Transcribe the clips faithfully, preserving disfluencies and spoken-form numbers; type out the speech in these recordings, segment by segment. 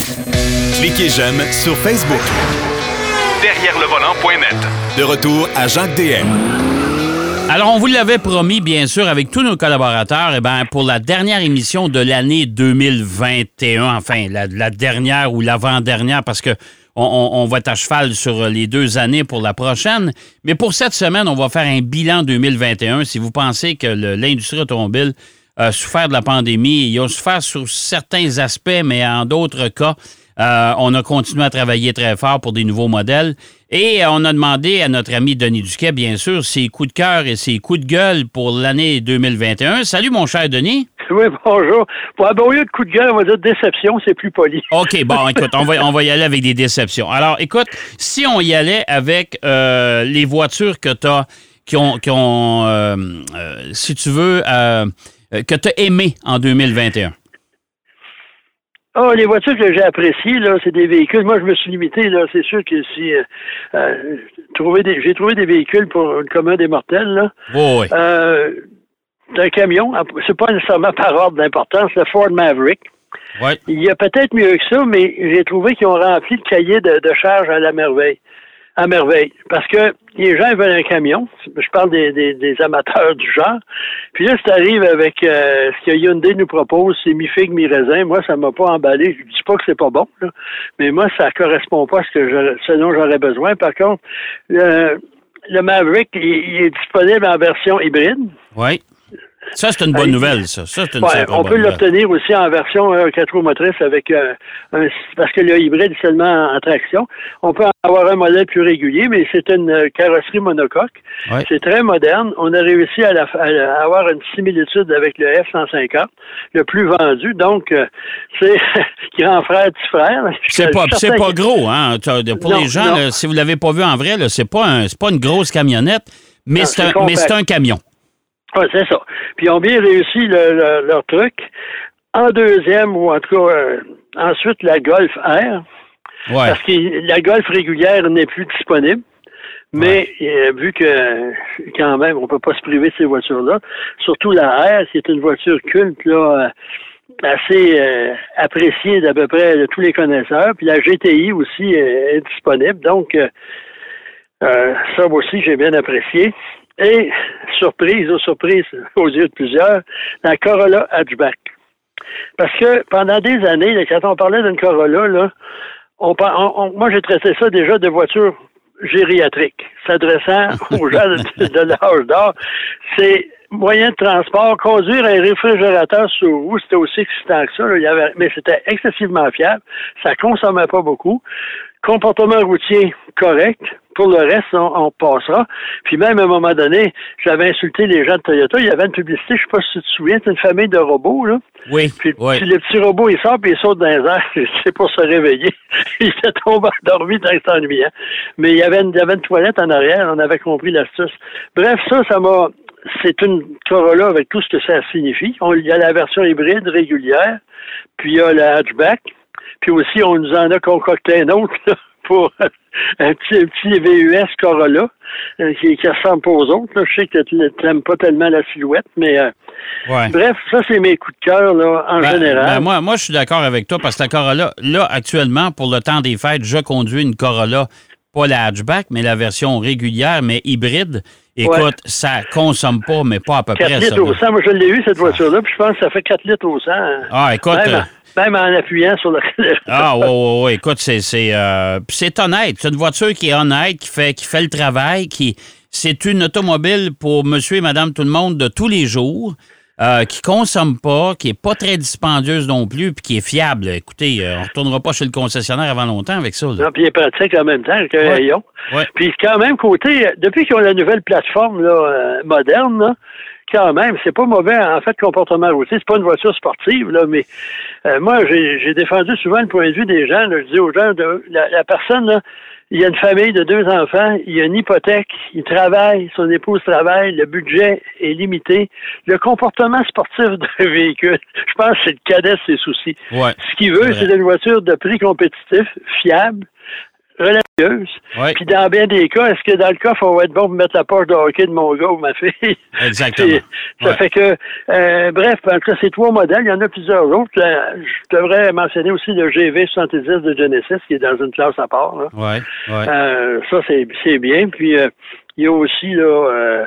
Cliquez j'aime sur Facebook. Derrière le volant point net. De retour à Jacques D M. Alors, on vous l'avait promis, bien sûr, avec tous nos collaborateurs, eh ben, pour la dernière émission de l'année deux mille vingt et un, enfin, la, la dernière ou l'avant-dernière, parce que on, on, on va être à cheval sur les deux années pour la prochaine. Mais pour cette semaine, on va faire un bilan deux mille vingt et un. Si vous pensez que le, l'industrie automobile a souffert de la pandémie, il a souffert sur certains aspects, mais en d'autres cas, euh, on a continué à travailler très fort pour des nouveaux modèles. Et on a demandé à notre ami Denis Duquet, bien sûr, ses coups de cœur et ses coups de gueule pour l'année deux mille vingt et un. Salut, mon cher Denis. Oui, bonjour. Pour un bon lieu de coup de gueule, on va dire déception, c'est plus poli. OK, bon, écoute, on va, on va y aller avec des déceptions. Alors, écoute, si on y allait avec euh, les voitures que tu as, qui ont, qui ont euh, euh, si tu veux, euh, que tu as aimées en deux mille vingt et un. Ah, les voitures que j'ai appréciées, là, c'est des véhicules. Moi, je me suis limité, là. C'est sûr que si euh, euh, trouver des, j'ai trouvé des véhicules pour le commun des mortels, là. Oh, oui. Euh, c'est un camion. C'est pas nécessairement par ordre d'importance, le Ford Maverick. Ouais. Il y a peut-être mieux que ça, mais j'ai trouvé qu'ils ont rempli le cahier de, de charge à la merveille. À merveille. Parce que les gens veulent un camion. Je parle des, des, des amateurs du genre. Puis là, si tu arrives avec euh, ce que Hyundai nous propose, c'est mi-figue, mi-raisin. Moi, ça m'a pas emballé. Je dis pas que c'est pas bon, là, mais moi, ça correspond pas à ce, que je, ce dont j'aurais besoin. Par contre, le, le Maverick, il, il est disponible en version hybride. Oui. Ça, c'est une bonne nouvelle, ça. ça c'est une ouais, on peut bonne l'obtenir nouvelle. Aussi en version euh, quatre roues motrices avec euh, un, parce que le hybride est seulement en, en traction. On peut avoir un modèle plus régulier, mais c'est une euh, carrosserie monocoque. Ouais. C'est très moderne. On a réussi à, la, à, la, à avoir une similitude avec le F cent cinquante, le plus vendu. Donc, euh, c'est grand frère, petit frère. C'est pas, c'est pas gros, hein. Pour non, les gens, là, si vous l'avez pas vu en vrai, là, c'est pas un, c'est pas une grosse camionnette, mais, non, c'est, un, mais c'est un camion. Oui, c'est ça. Puis ils ont bien réussi le, le, leur truc. En deuxième, ou en tout cas, euh, ensuite, la Golf R. Ouais. Parce que la Golf régulière n'est plus disponible. Mais ouais. euh, vu que, quand même, on peut pas se priver de ces voitures-là, surtout la R, c'est une voiture culte, là, assez euh, appréciée d'à peu près de tous les connaisseurs. Puis la G T I aussi euh, est disponible. Donc, euh, euh, ça aussi, j'ai bien apprécié. Et, surprise, aux surprises aux yeux de plusieurs, la Corolla Hatchback. Parce que pendant des années, là, quand on parlait d'une Corolla, là, on, on, on, moi j'ai traité ça déjà de voiture gériatrique, s'adressant aux gens de, de l'âge d'or. C'est moyen de transport, conduire un réfrigérateur sur roue, c'était aussi excitant que ça. Là, il y avait, mais c'était excessivement fiable, ça consommait pas beaucoup. Comportement routier correct. Pour le reste, on, on passera. Puis même à un moment donné, j'avais insulté les gens de Toyota. Il y avait une publicité, je ne sais pas si tu te souviens, c'est une famille de robots, là. Oui. Puis, oui. puis le petit robot, il sort puis il saute dans les airs. C'est pour se réveiller. Il s'est tombé endormi dans c'est ennuyant. Mais il y avait une, il y avait une toilette en arrière, on avait compris l'astuce. Bref, ça, ça m'a. C'est une Corolla avec tout ce que ça signifie. On, il y a la version hybride régulière, puis il y a la hatchback. Puis aussi, on nous en a concocté un autre, là, pour un petit, un petit V U S Corolla euh, qui, qui ressemble pas aux autres. Là. Je sais que tu n'aimes pas tellement la silhouette, mais euh, ouais. Bref, ça, c'est mes coups de cœur là, en ben, général. Ben moi, moi, je suis d'accord avec toi parce que la Corolla, là, actuellement, pour le temps des fêtes, je conduis une Corolla, pas la hatchback, mais la version régulière, mais hybride. Écoute, ouais. Ça consomme pas, mais pas à peu quatre près. litres ça, au cent. Moi, je l'ai eu, cette voiture-là, puis je pense que ça fait quatre litres au cent. Ah, écoute. Même, euh... même en appuyant sur le. Ah, oui, oui, oui. Écoute, c'est, c'est, euh... c'est honnête. C'est une voiture qui est honnête, qui fait, qui fait le travail, qui. C'est une automobile pour monsieur et madame tout le monde de tous les jours. Euh, qui consomme pas, qui est pas très dispendieuse non plus, puis qui est fiable. Écoutez, euh, on retournera pas chez le concessionnaire avant longtemps avec ça. Là. Non, puis il est pratique en même temps avec un ouais. rayon. Ouais. Puis quand même, côté, depuis qu'ils ont la nouvelle plateforme là, euh, moderne, là, quand même, c'est pas mauvais en fait comportement routier. C'est pas une voiture sportive, là, mais euh, moi, j'ai, j'ai défendu souvent le point de vue des gens. Là, je dis aux gens, de, la, la personne, là, il y a une famille de deux enfants, il y a une hypothèque, il travaille, son épouse travaille, le budget est limité. Le comportement sportif d'un véhicule, je pense que c'est le cadet de ses soucis. Ouais, Ce qu'il veut, c'est, c'est une voiture de prix compétitif, fiable, religieuse. Oui. Puis dans bien des cas, est-ce que dans le coffre, on va être bon pour mettre la poche de hockey de mon gars ou ma fille? Exactement. Puis, ça ouais. fait que, euh, bref, en tout cas, c'est trois modèles. Il y en a plusieurs autres. Je devrais mentionner aussi le G V soixante-dix de Genesis, qui est dans une classe à part. Là. Ouais, ouais. Euh, ça, c'est, c'est bien. Puis, euh, il y a aussi, là, euh,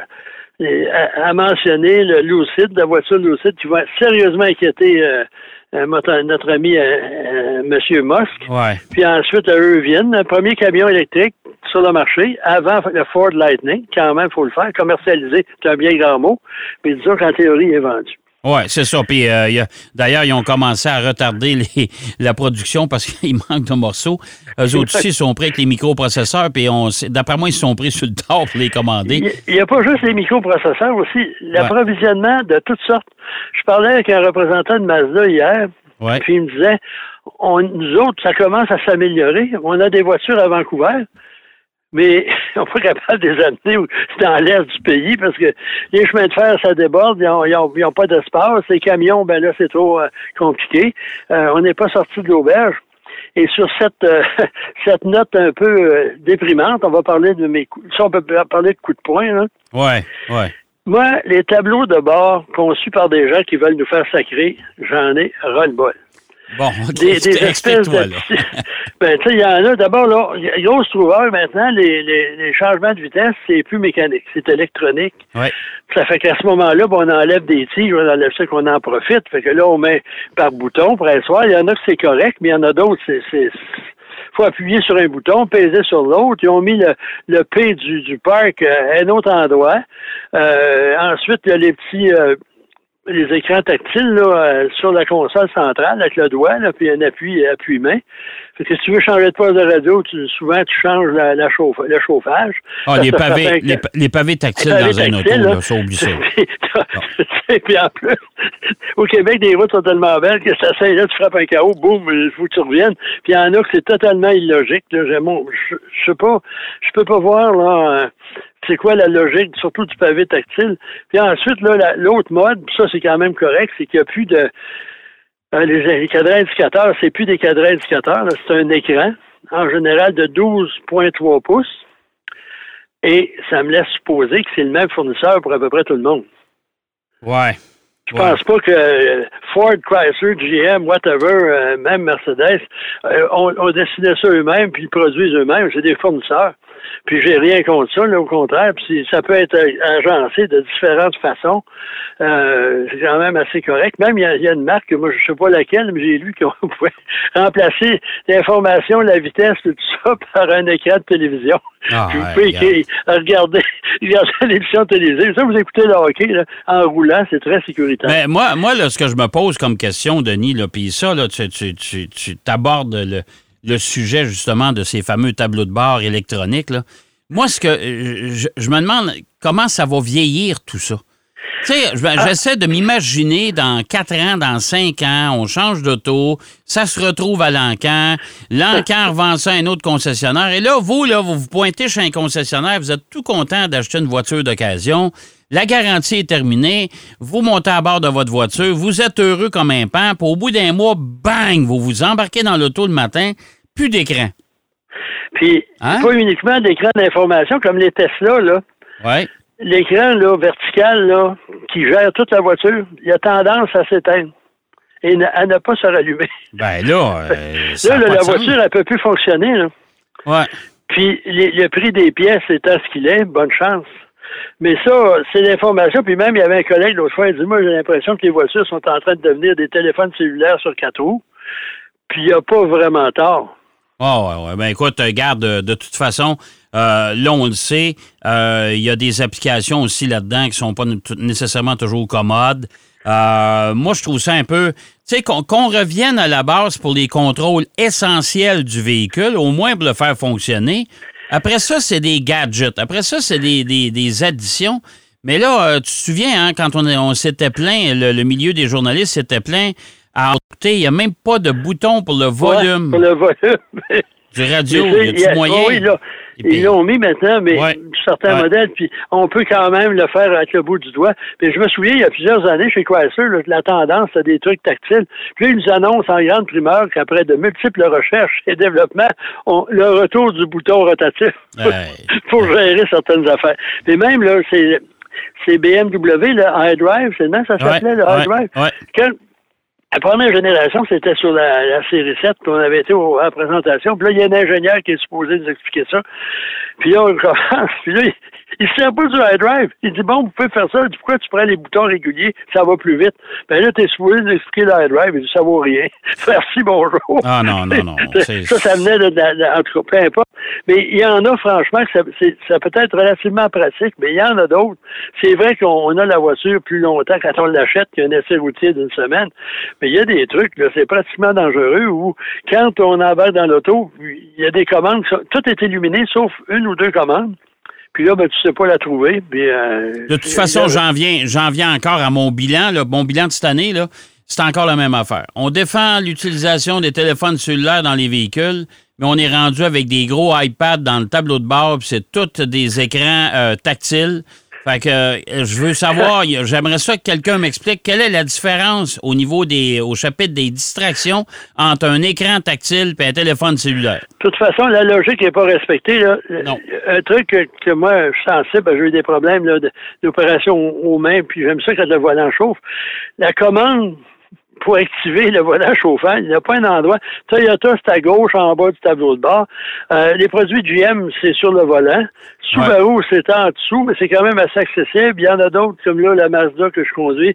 à, à mentionner le Lucid, la voiture Lucid, qui va sérieusement inquiéter euh, notre, notre ami euh, euh, M. Musk. Ouais. Puis ensuite, le Rivian, un premier camion électrique sur le marché, avant le Ford Lightning, quand même, il faut le faire, commercialisé, c'est un bien grand mot, mais disons qu'en théorie, il est vendu. Oui, c'est ça. Puis, euh, y a, d'ailleurs, ils ont commencé à retarder les, la production parce qu'il manque de morceaux. Eux autres aussi sont pris avec les microprocesseurs, puis on, d'après moi, ils sont pris sur le tard pour les commander. Il n'y a pas juste les microprocesseurs aussi, l'approvisionnement ouais. de toutes sortes. Je parlais avec un représentant de Mazda hier, ouais. puis il me disait, on, nous autres, ça commence à s'améliorer. On a des voitures à Vancouver, mais on n'est pas capable de les amener dans l'est du pays parce que les chemins de fer, ça déborde, ils n'ont pas d'espace. Les camions, ben là, c'est trop euh, compliqué. Euh, on n'est pas sorti de l'auberge. Et sur cette euh, cette note un peu euh, déprimante, on va parler de mes coups. Ça, on peut parler de coups de poing, là. Ouais, ouais. Moi, les tableaux de bord conçus par des gens qui veulent nous faire sacrer, j'en ai ras-le-bol. Bon, OK. Des, des espèces de... ben, tu sais, il y en a, d'abord, là, il y a une grosse trouvaille maintenant, les, les, les changements de vitesse, c'est plus mécanique, c'est électronique. Ouais. Ça fait qu'à ce moment-là, ben, on enlève des tiges, on enlève ça qu'on en profite. Fait que là, on met par bouton, pressoir. Il y en a que c'est correct, mais il y en a d'autres, c'est... c'est faut appuyer sur un bouton, peser sur l'autre. Ils ont mis le, le P du, du parc à un autre endroit. Euh, ensuite, il y a les petits... Euh, les écrans tactiles là, euh, sur la console centrale avec le doigt, là, puis un appui, appui-main. Fait que si tu veux changer de poste de radio, tu, souvent tu changes la, la chauffe, le chauffage. Ah, ça, les, ça pavés, fait les, les pavés tactiles les pavés dans un tactiles, auto, là, là, ça, oublie ça. Et puis en plus, au Québec, des routes sont tellement belles que ça ça là, tu frappes un K O, boum, il faut que tu reviennes. Puis il y en a que c'est totalement illogique. Là, je, je sais pas, je peux pas voir là. Euh, c'est quoi la logique, surtout du pavé tactile. Puis ensuite, là, la, l'autre mode, ça c'est quand même correct, c'est qu'il n'y a plus de... Euh, les, les cadrans indicateurs, c'est plus des cadrans indicateurs, là, c'est un écran, en général de douze virgule trois pouces. Et ça me laisse supposer que c'est le même fournisseur pour à peu près tout le monde. Ouais. Je pense pas que Ford, Chrysler, G M, whatever, euh, même Mercedes, euh, ont, ont dessiné ça eux-mêmes, puis ils produisent eux-mêmes. C'est des fournisseurs. Puis j'ai rien contre ça, là, au contraire. Puis ça peut être agencé de différentes façons. Euh, c'est quand même assez correct. Même, il y, y a une marque, moi, je sais pas laquelle, mais j'ai lu qu'on pouvait remplacer l'information, la vitesse, tout ça, par un écran de télévision. Ah, puis vous ouais, pouvez regarde. regarder, regarder l'émission télévisée. Ça, vous écoutez le hockey là, en roulant, c'est très sécuritaire. Mais moi, moi là, ce que je me pose comme question, Denis, là, puis ça, là, tu, tu, tu, tu t'abordes le... le sujet, justement, de ces fameux tableaux de bord électroniques, là. Moi, ce que je, je me demande, comment ça va vieillir, tout ça? Tu sais, j'essaie de m'imaginer dans quatre ans, dans cinq ans, on change d'auto, ça se retrouve à l'Encan, l'Encan revend ça à un autre concessionnaire, et là, vous, là, vous vous pointez chez un concessionnaire, vous êtes tout content d'acheter une voiture d'occasion, la garantie est terminée, vous montez à bord de votre voiture, vous êtes heureux comme un pan, puis au bout d'un mois, bang, vous vous embarquez dans l'auto le matin, plus d'écran. Puis, hein? Pas uniquement d'écran d'information comme les Tesla, là. Ouais. L'écran, là, vertical, là, qui gère toute la voiture, il a tendance à s'éteindre et à ne pas se rallumer. Ben là, euh, ça là, a pas la de voiture, sens. elle peut plus fonctionner, là. Ouais. Puis, les, le prix des pièces étant ce qu'il est, bonne chance. Mais ça, c'est l'information. Puis même, il y avait un collègue l'autre fois, il dit, moi, j'ai l'impression que les voitures sont en train de devenir des téléphones cellulaires sur quatre roues. Puis, il n'y a pas vraiment tort. Oh, ouais, ouais. Ben écoute, regarde, de, de toute façon, euh, là, on le sait, euh, il y a des applications aussi là-dedans qui sont pas nécessairement toujours commodes. Euh, moi, je trouve ça un peu... Tu sais, qu'on, qu'on revienne à la base pour les contrôles essentiels du véhicule, au moins pour le faire fonctionner. Après ça, c'est des gadgets. Après ça, c'est des, des, des additions. Mais là, euh, tu te souviens, hein, quand on, on s'était plaint, le, le milieu des journalistes s'était plaint, à écouter, il n'y a même pas de bouton pour le volume. Ouais, pour le volume. Du radio, il y a-tu moyen? Oui, là, Ils l'ont mis maintenant, mais ouais. certains ouais. modèles, puis on peut quand même le faire avec le bout du doigt. Puis je me souviens, il y a plusieurs années, chez Chrysler, là, la tendance, c'est des trucs tactiles. Puis là, ils nous annoncent en grande primeur qu'après de multiples recherches et développements, on, le retour du bouton rotatif ouais. pour gérer certaines affaires. Mais même, là, c'est, c'est B M W, le iDrive, c'est le ça s'appelait, ouais. le iDrive. Ouais. Quand, la première génération, c'était sur la, la série sept, puis on avait été au, à la présentation. Puis là, il y a un ingénieur qui est supposé nous expliquer ça. Puis là, on commence. Puis là, il, il se sert pas du iDrive. Il dit, bon, vous pouvez faire ça. Il dit, pourquoi tu prends les boutons réguliers? Ça va plus vite. Ben là, t'es supposé nous expliquer l'iDrive. Il dit, ça vaut rien. Merci, bonjour. Ah non, non, non. C'est... Ça, ça venait de, de, de, en tout cas, peu importe. Mais il y en a, franchement, que ça, c'est, ça peut être relativement pratique, mais il y en a d'autres. C'est vrai qu'on a la voiture plus longtemps quand on l'achète qu'il y a un essai routier d'une semaine. Mais il y a des trucs, là, c'est pratiquement dangereux où, quand on embarque dans l'auto, il y a des commandes, tout est illuminé, sauf une ou deux commandes. Puis là, ben, tu sais pas la trouver. Puis, euh, de toute façon, j'en viens, j'en viens encore à mon bilan. Là, mon bilan de cette année, là, c'est encore la même affaire. On défend l'utilisation des téléphones cellulaires dans les véhicules, mais on est rendu avec des gros iPads dans le tableau de bord, puis c'est tous des écrans euh, tactiles. Fait que euh, je veux savoir, j'aimerais ça que quelqu'un m'explique quelle est la différence au niveau des, au chapitre des distractions entre un écran tactile et un téléphone cellulaire. De toute façon, la logique n'est pas respectée. Là. Non. Un truc que, que moi, je suis sensible, j'ai eu des problèmes là, d'opération aux mains, puis j'aime ça quand le volant chauffe. La commande pour activer le volant chauffant, il n'y a pas un endroit. Toyota, c'est à gauche, en bas du tableau de bord. Euh, les produits G M, c'est sur le volant. Subaru, ouais. c'est en dessous, mais c'est quand même assez accessible. Il y en a d'autres, comme là, la Mazda que je conduis.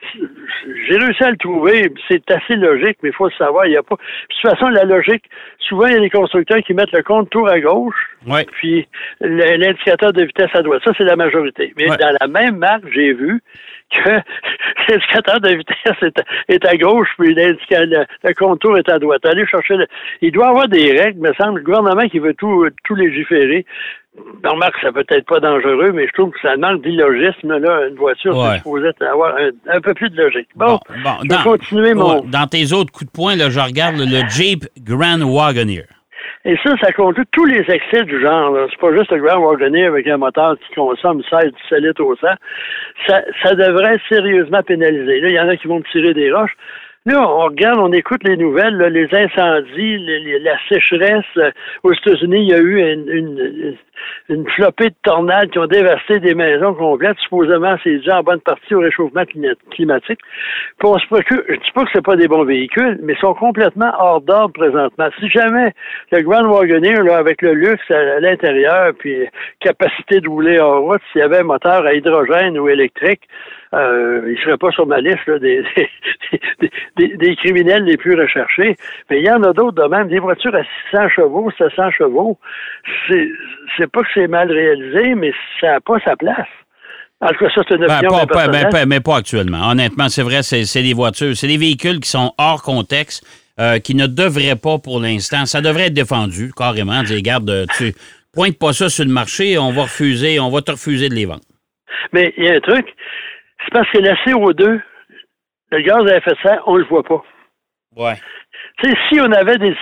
J'ai réussi à le trouver. C'est assez logique, mais il faut le savoir. Il y a pas. Puis, de toute façon, la logique, souvent, il y a des constructeurs qui mettent le compte-tour à gauche, ouais. puis l'indicateur de vitesse à droite. Ça, c'est la majorité. Mais ouais. dans la même marque, j'ai vu que l'indicateur de vitesse est à, est à gauche, puis le, le contour est à droite. Allez chercher le... Il doit y avoir des règles, me semble, le gouvernement qui veut tout, tout légiférer. On remarque que ça peut être pas dangereux, mais je trouve que ça manque d'illogisme, là, une voiture, ouais. c'est supposé avoir un, un peu plus de logique. Bon, bon, bon je vais dans, continuer mon... Dans tes autres coups de poing, là, je regarde le, le Jeep Grand Wagoneer. Et ça, ça conclut tous les excès du genre. Là. C'est pas juste le Grand Wagoneer avec un moteur qui consomme seize à dix-sept litres au cent. Ça, ça devrait être sérieusement pénalisé. Là, il y en a qui vont me tirer des roches. Là, on regarde, on écoute les nouvelles, là, les incendies, les, les, la sécheresse. Euh, aux États-Unis, il y a eu une, une, une flopée de tornades qui ont dévasté des maisons complètes. Supposément, c'est dû en bonne partie au réchauffement climatique. Puis on se préoccupe, je dis pas que c'est pas des bons véhicules, mais ils sont complètement hors d'ordre présentement. Si jamais le Grand Wagoneer, là, avec le luxe à l'intérieur, puis capacité de rouler en route, s'il y avait un moteur à hydrogène ou électrique, Euh, il ne serait pas sur ma liste là, des, des, des, des criminels les plus recherchés. Mais il y en a d'autres de même. Des voitures à six cents chevaux, sept cents chevaux, c'est, c'est pas que c'est mal réalisé, mais ça n'a pas sa place. En tout cas, ça, c'est une opinion ben, pas, personnelle. Ben, ben, mais pas actuellement. Honnêtement, c'est vrai, c'est, c'est des voitures, c'est des véhicules qui sont hors contexte, euh, qui ne devraient pas pour l'instant. Ça devrait être défendu, carrément. Dire, regarde, tu pointes pas ça sur le marché, on va refuser, on va te refuser de les vendre. Mais il y a un truc. C'est parce que la C O deux, le gaz à effet de serre, on le voit pas. Ouais. Tu sais, si on avait des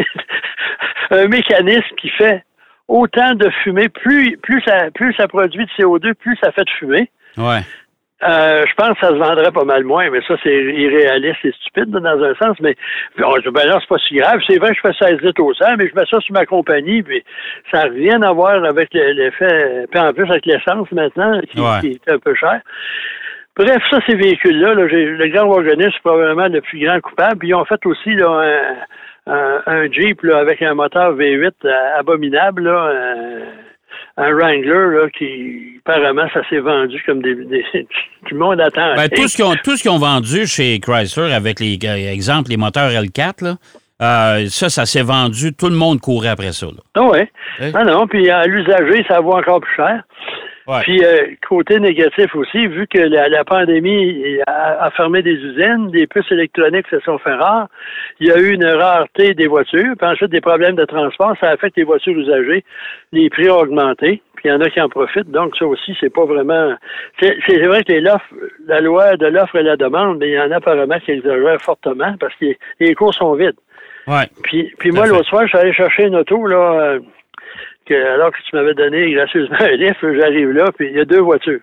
un mécanisme qui fait autant de fumée, plus plus ça plus ça produit de C O deux, plus ça fait de fumée. Ouais. Euh, je pense que ça se vendrait pas mal moins, mais ça, c'est irréaliste et stupide dans un sens, mais on dit, ben là, c'est pas si grave. C'est vrai que je fais seize litres au cent, mais je mets ça sur ma compagnie, puis ça n'a rien à voir avec l'effet, puis en plus avec l'essence maintenant, qui, ouais. qui est un peu cher. Bref, ça, ces véhicules-là, là, j'ai, le Grand Wagoneer, c'est probablement le plus grand coupable. Puis ils ont fait aussi là, un, un, un Jeep là, avec un moteur V huit euh, abominable, là, un, un Wrangler là, qui, apparemment, ça s'est vendu comme des, des du monde attend. Ben, tout ce qu'ils ont, tout ce qu'ils ont vendu chez Chrysler avec les exemple les moteurs L quatre, là, euh, ça, ça s'est vendu. Tout le monde courait après ça. Là. Ah ouais. Hein? Ah non, puis à l'usager, ça vaut encore plus cher. Ouais. Puis, euh, côté négatif aussi, vu que la, la pandémie a, a fermé des usines, des puces électroniques se sont fait rares, il y a eu une rareté des voitures, puis ensuite des problèmes de transport, ça affecte les voitures usagées, les prix ont augmenté, puis il y en a qui en profitent, donc ça aussi, c'est pas vraiment... C'est, c'est vrai que les l'offre, la loi de l'offre et la demande, mais il y en a apparemment qui exagèrent fortement, parce que les, les cours sont vides. Ouais. Puis, puis moi, l'autre soir, je suis allé chercher une auto, là... Euh, que, alors que tu m'avais donné gracieusement un livre, j'arrive là, puis il y a deux voitures.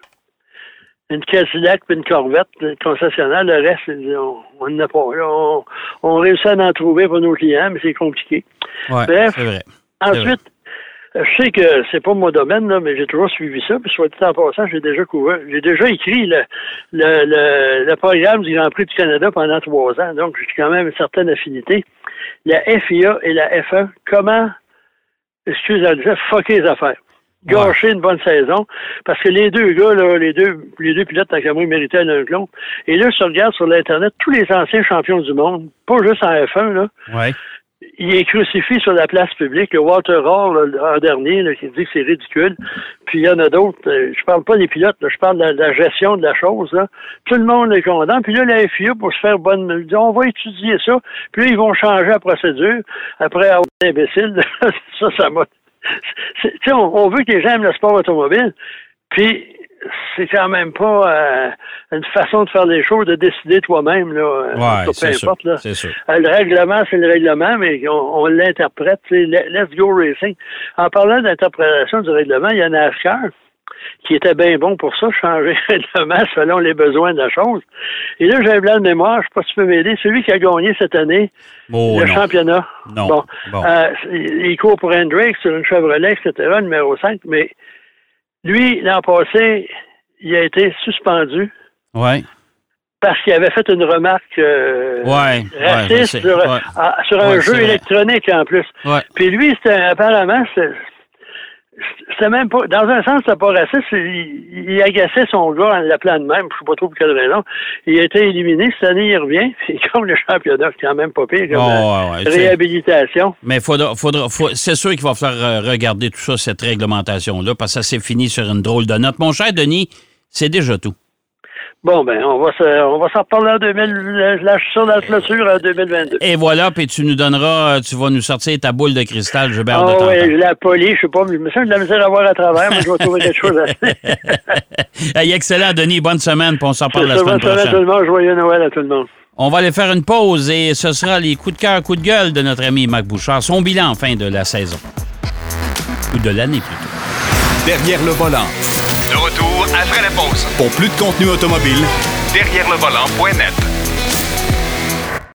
Une Cadillac puis une Corvette concessionnaire. Le reste, on n'en a pas. Là, on, on réussit à en trouver pour nos clients, mais c'est compliqué. Ouais, Bref, c'est vrai. ensuite, vrai. je sais que c'est pas mon domaine, là, mais j'ai toujours suivi ça. Puis soit dit en passant, j'ai déjà couvert. J'ai déjà écrit le, le, le, le programme du Grand Prix du Canada pendant trois ans. Donc, j'ai quand même une certaine affinité. La F I A et la F un, comment, excusez-moi de dire, fucker les affaires. Gâcher ouais. une bonne saison. Parce que les deux gars, là, les deux, les deux pilotes, tant qu'à moi, ils méritaient l'un que l'autre. Et là, si tu regardes sur l'Internet, tous les anciens champions du monde, pas juste en F un, là, ouais. il est crucifié sur la place publique. Le Walter Hall, en dernier, là, qui dit que c'est ridicule. Puis il y en a d'autres. Euh, je parle pas des pilotes, là, je parle de la, de la gestion de la chose. Là. Tout le monde est content. Puis là, la F I A, pour se faire bonne... On va étudier ça. Puis là, ils vont changer la procédure. Après avoir été imbécile, ça, ça m'a... Tu sais, on, on veut que les gens aiment le sport automobile. Puis c'est quand même pas euh, une façon de faire les choses, de décider toi-même, là. Ouais, peu c'est importe, sûr, là. c'est sûr. Le règlement, c'est le règlement, mais on, on l'interprète, tu sais, let's go racing. En parlant d'interprétation du règlement, il y a NASCAR qui était bien bon pour ça, changer le règlement selon les besoins de la chose. Et là, j'ai un blanc de mémoire, je sais pas si tu peux m'aider, celui qui a gagné cette année oh, le non. championnat. Non. Bon, bon. Euh, il court pour Hendricks sur une Chevrolet, et cetera, numéro cinq, mais lui, l'an passé, il a été suspendu. Ouais. Parce qu'il avait fait une remarque euh, ouais, raciste ouais, sur, ouais. à, sur un ouais, jeu électronique en plus. Ouais. Puis lui, c'était apparemment, c'était, c'était même pas. Dans un sens, c'était pas raciste. Il, il agaçait son gars en l'appelant de même. Je sais pas trop pour quelle raison. Il a été éliminé. Cette année, il revient. C'est comme le championnat, c'est quand même pas pire comme oh, ouais, ouais, réhabilitation. Mais faudra, faudra, faut, c'est sûr qu'il va falloir regarder tout ça, cette réglementation-là, parce que ça s'est fini sur une drôle de note. Mon cher Denis, c'est déjà tout. Bon, ben, on va se, on va s'en reparler en deux mille, lâche ça dans la clôture en deux mille vingt-deux. Et voilà, puis tu nous donneras, tu vas nous sortir ta boule de cristal, j'ai bien hâte oh, de t'entendre. oui, je l'ai poli, je sais pas, mais je me sens de la misère à voir à travers, mais je vais trouver quelque chose à hey, excellent, Denis, bonne semaine, puis on s'en parle la ça, semaine bonne prochaine. Bonne semaine à tout le monde, joyeux Noël à tout le monde. On va aller faire une pause et ce sera les coups de cœur, coups de gueule de notre ami Marc Bouchard, son bilan en fin de la saison. Ou de l'année plutôt. Derrière le volant. De retour après la pause. Pour plus de contenu automobile, derrière le volant point net.